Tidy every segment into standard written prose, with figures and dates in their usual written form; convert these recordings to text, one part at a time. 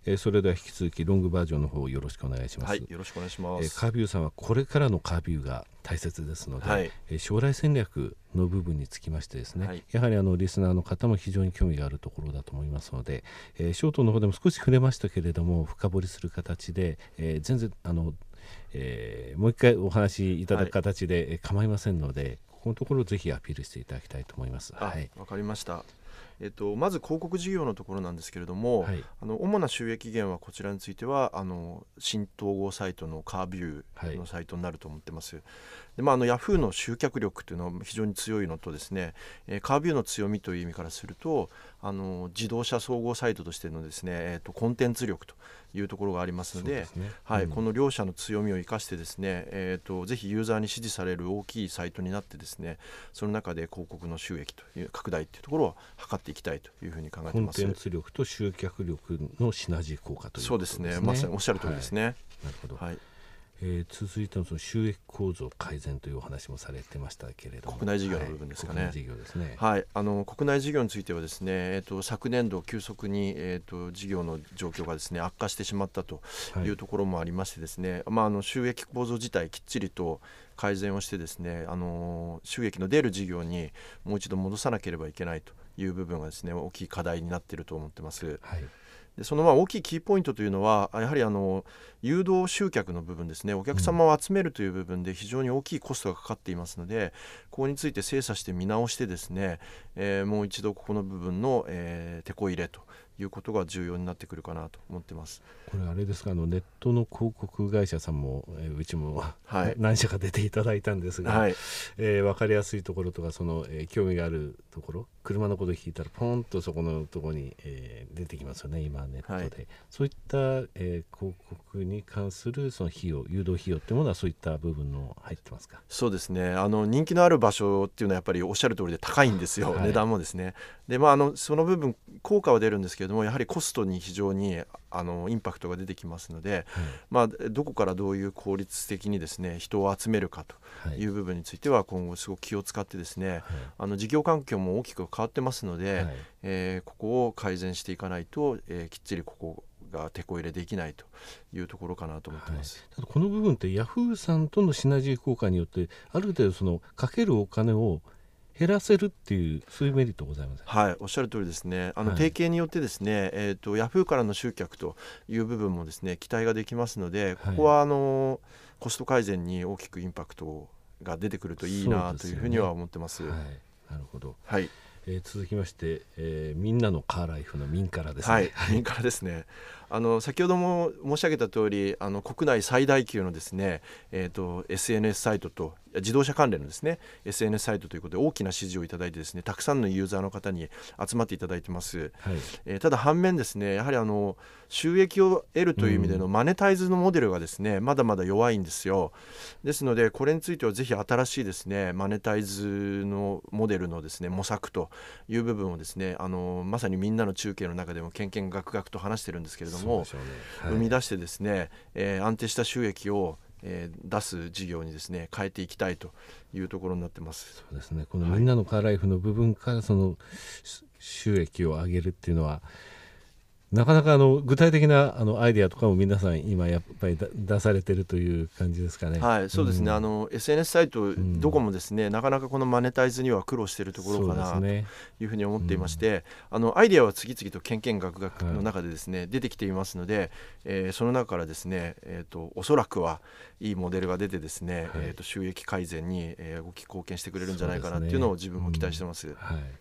それでは引き続きロングバージョンの方よろしくお願いします。 はい、よろしくお願いします。 カービューさんはこれからのカービューが大切ですので、 はい、 将来戦略の部分につきましてですね、 はい、 やはりリスナーの方も非常に興味があるところだと思いますので、ショートの方でも少し触れましたけれども深掘りする形で、全然もう一回お話しいただく形で構いませんので、ここのところをぜひアピールしていただきたいと思います。 わかりました。まず広告事業のところなんですけれども、主な収益源はこちらについては新統合サイトのカービューのサイトになると思ってます。でヤフーの集客力というのは非常に強いのとですね、カービューの強みという意味からすると自動車総合サイトとしてのですね、コンテンツ力というところがありますので、この両者の強みを生かしてですね、ぜひユーザーに支持される大きいサイトになってですね、その中で広告の収益という拡大というところを図っていきたいというふうに考えています。 コンテンツ力と集客力のシナジー効果ということですね。 そうですね、まさにおっしゃる通りですね。 なるほど。続いてのその収益構造改善というお話もされてましたけれども、 国内事業の部分ですかね。 国内事業ですね。 国内事業についてはですね、昨年度急速に、事業の状況がですね悪化してしまったというところもありましてですね、収益構造自体きっちりと改善をしてですね、収益の出る事業にもう一度戻さなければいけないという部分がですね大きい課題になっていると思ってます。でその大きいキーポイントというのはやはり誘導集客の部分ですね。お客様を集めるという部分で非常に大きいコストがかかっていますので、ここについて精査して見直してですね、もう一度ここの部分の、手こ入れということが重要になってくるかなと思ってます。 これあれですか、ネットの広告会社さんも、うちも、何社か出ていただいたんですが、分かりやすいところとか興味があるところ、車のことを聞いたらポンとそこのところに、出てきますよね、今ネットで。そういった、広告に関するその費用、誘導費用というものはそういった部分の入ってますか？ そうですね、人気のある場所っていうのはやっぱりおっしゃる通りで高いんですよ、値段もですね。で、その部分効果は出るんですけれども、やはりコストに非常にインパクトが出てきますので、どこからどういう効率的にですね人を集めるかという部分については今後すごく気を使ってですね、事業環境も大きく変わってますので、ここを改善していかないと、きっちりここが手こ入れできないというところかなと思ってます。 ただこの部分ってヤフーさんとのシナジー効果によってある程度かけるお金を減らせるっていうそういうメリットございます。 おっしゃる通りですね。提携によってですね、ヤフーからの集客という部分もですね期待ができますので、ここはコスト改善に大きくインパクトが出てくるといいなというふうには思ってます。 なるほど。続きまして、みんなのカーライフの民からですね。 民からですね。先ほども申し上げた通り国内最大級のですね、SNS サイトと自動車関連のですね SNS サイトということで大きな支持をいただいてですね、たくさんのユーザーの方に集まっていただいてます。ただ反面ですね、やはり収益を得るという意味でのマネタイズのモデルがですねまだまだ弱いんですよ。ですのでこれについてはぜひ新しいですねマネタイズのモデルのですね模索という部分をですねまさにみんなの中継の中でもけんけんがくがくと話してるんですけれども、生み出してですね、安定した収益を出す事業にですね変えていきたいというところになってます。 そうですね、このみんなのカーライフの部分から収益を上げるっていうのはなかなか具体的なアイデアとかも皆さん今やっぱり出されてるという感じですかね。 そうですね、SNS サイトどこもですね、なかなかこのマネタイズには苦労しているところかなというふうに思っていまして、アイデアは次々とけんけんがくがくの中でですね、出てきていますので、その中からですね、おそらくはいいモデルが出てですね、収益改善に大きく貢献してくれるんじゃないかなっていうのを自分も期待してます。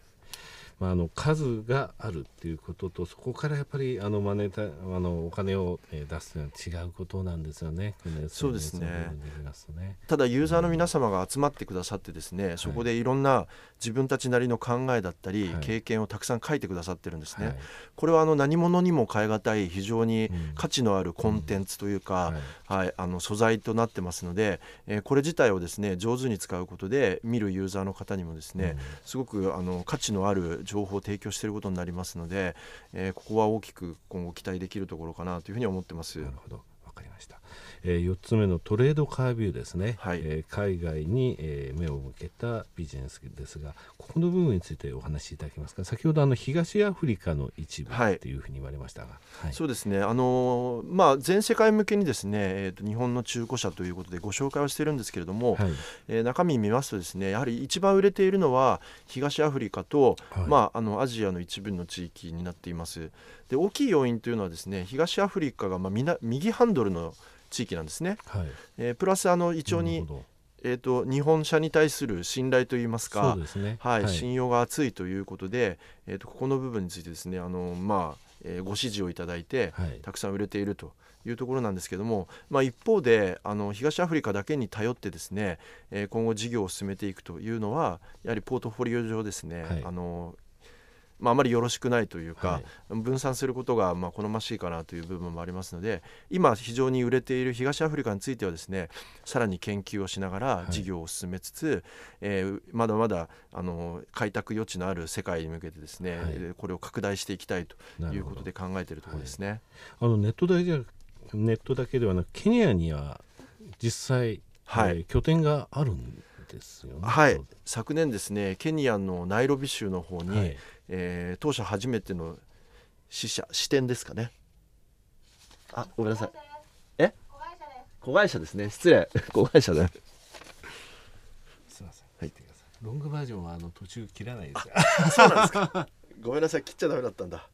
数があるっていうことと、そこからやっぱりお金を出すというのは違うことなんですよね。 そうですね。ただユーザーの皆様が集まってくださってですね、そこでいろんな自分たちなりの考えだったり、経験をたくさん書いてくださってるんですね。これは何物にも代え難い非常に価値のあるコンテンツというか、素材となってますので、これ自体をですね上手に使うことで見るユーザーの方にもですね、すごく価値のある情報を提供していることになりますので、ここは大きく今後期待できるところかなというふうに思ってます。 なるほど、わかりました。 4つ目のトレードカービューですね、 はい、 海外に、目を向けたビジネスですが、ここの部分についてお話しいただけますか。先ほど東アフリカの一部っていうふうに言われましたが、 はい、そうですね、全世界向けにですね、日本の中古車ということでご紹介をしているんですけれども、はい、中身見ますとですね、やはり一番売れているのは東アフリカと、はい、アジアの一部の地域になっています。で、大きい要因というのはですね、東アフリカが右ハンドルの地域なんですね、はい、プラス一応に日本車に対する信頼といいますか、そうですね、はいはい、信用が厚いということで、ここの部分についてですね、ご支持をいただいて、はい、たくさん売れているというところなんですけども、一方で東アフリカだけに頼ってですね、今後事業を進めていくというのはやはりポートフォリオ上ですね、はい、あまりよろしくないというか、はい、分散することが好ましいかなという部分もありますので、今非常に売れている東アフリカについてはですね、さらに研究をしながら事業を進めつつ、まだまだ開拓余地のある世界に向けてですね、はい、これを拡大していきたいということで考えているところですね。 はい、ネットだけではなくケニアには実際、はい、拠点があるんですよね。 はい、昨年ですね、ケニアのナイロビ州の方に、はい、当社初めての支店ですかね。ごめんなさい。子会社ですね。失礼。子会社で。 すみません。入ってください。ロングバージョンは途中切らないですよ。 そうなんですか。ごめんなさい。切っちゃダメだったんだ。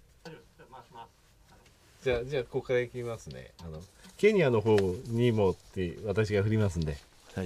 じゃあここからいきますね。ケニアの方にもって私が振りますんで。はい。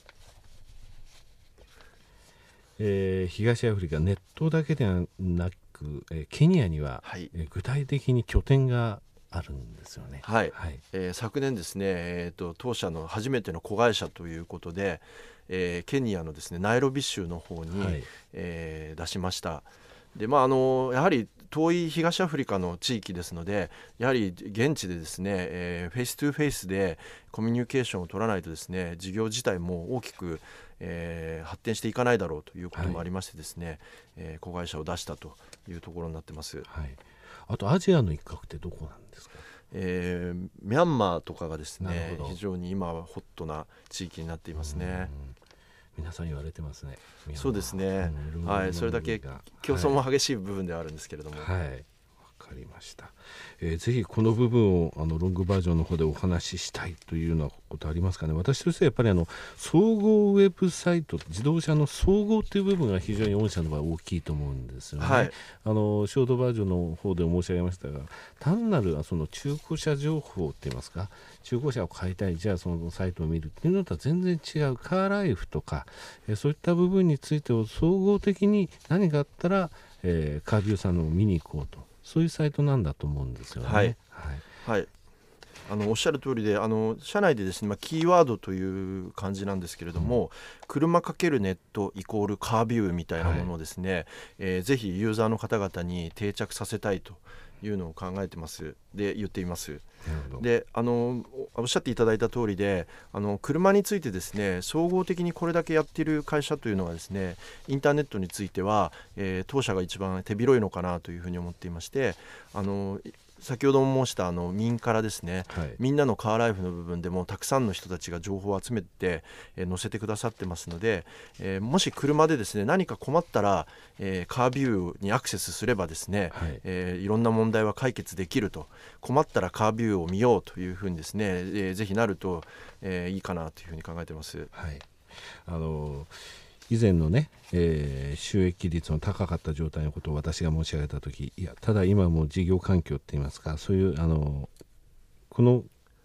東アフリカ、ネットだけではなく、ケニアには、はい、具体的に拠点があるんですよね。 はい、はい、昨年ですね、当社の初めての子会社ということで、ケニアのですねナイロビ州の方に、はい、出しました。で、やはり遠い東アフリカの地域ですので、やはり現地でですね、フェイストゥフェイスでコミュニケーションを取らないとですね、事業自体も大きく、発展していかないだろうということもありましてですね、はい、子会社を出したというところになってます。 はい、あとアジアの一角ってどこなんですか。 ミャンマーとかがですね、非常に今はホットな地域になっていますね。 皆さん言われてますね。 そうですね、はい、それだけ競争も激しい部分ではあるんですけれども、 はい、わかりました。ぜひこの部分をロングバージョンの方でお話ししたいというようなことありますかね。私としてはやっぱり総合ウェブサイト、自動車の総合という部分が非常に御社の場合大きいと思うんですよね。はい、ショートバージョンの方で申し上げましたが、単なるその中古車情報って言いますか、中古車を買いたい、じゃあそのサイトを見るっていうのとは全然違うカーライフとか、そういった部分についてを総合的に何かあったら、カービューさんのを見に行こうと、そういうサイトなんだと思うんですよね。はい、 はいはい、おっしゃる通りで、社内でですね、キーワードという感じなんですけれども、車×ネットイコールカービューみたいなものをですね、ぜひユーザーの方々に定着させたいというのを考えてますで言っています。で、おっしゃっていただいた通りで、車についてですね、総合的にこれだけやっている会社というのはですね、インターネットについては、当社が一番手広いのかなというふうに思っていまして、先ほども申した民からですね、はい、みんなのカーライフの部分でもたくさんの人たちが情報を集めて、載せてくださってますので、もし車でですね何か困ったら、カービューにアクセスすればですね、はい、いろんな問題は解決できると、困ったらカービューを見ようというふうにですね、ぜひなると、いいかなというふうに考えてます。 はい、以前のね、収益率の高かった状態のことを私が申し上げたとき、いやただ今も事業環境って言いますか、そういうこの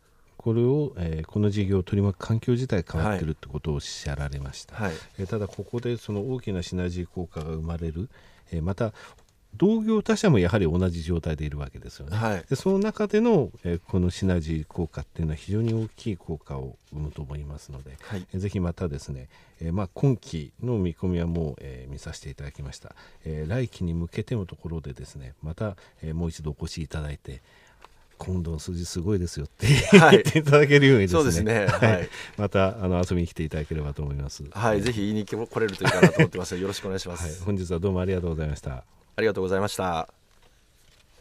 事業を取り巻く環境自体変わってるってことをおっしゃられました。はい、ただここでその大きなシナジー効果が生まれる、また同業他社もやはり同じ状態でいるわけですよね。はい、でその中での、このシナジー効果っていうのは非常に大きい効果を生むと思いますので、はい、ぜひまたですね、今期の見込みはもう、見させていただきました。来期に向けてのところでですね、また、もう一度お越しいただいて、今度の数字すごいですよって言っていただけるようにですね、そうですね、はい、また遊びに来ていただければと思います。 はい、ぜひ言いに来れるといいかなと思ってます。よろしくお願いします。 はい、本日はどうもありがとうございました。 ありがとうございました。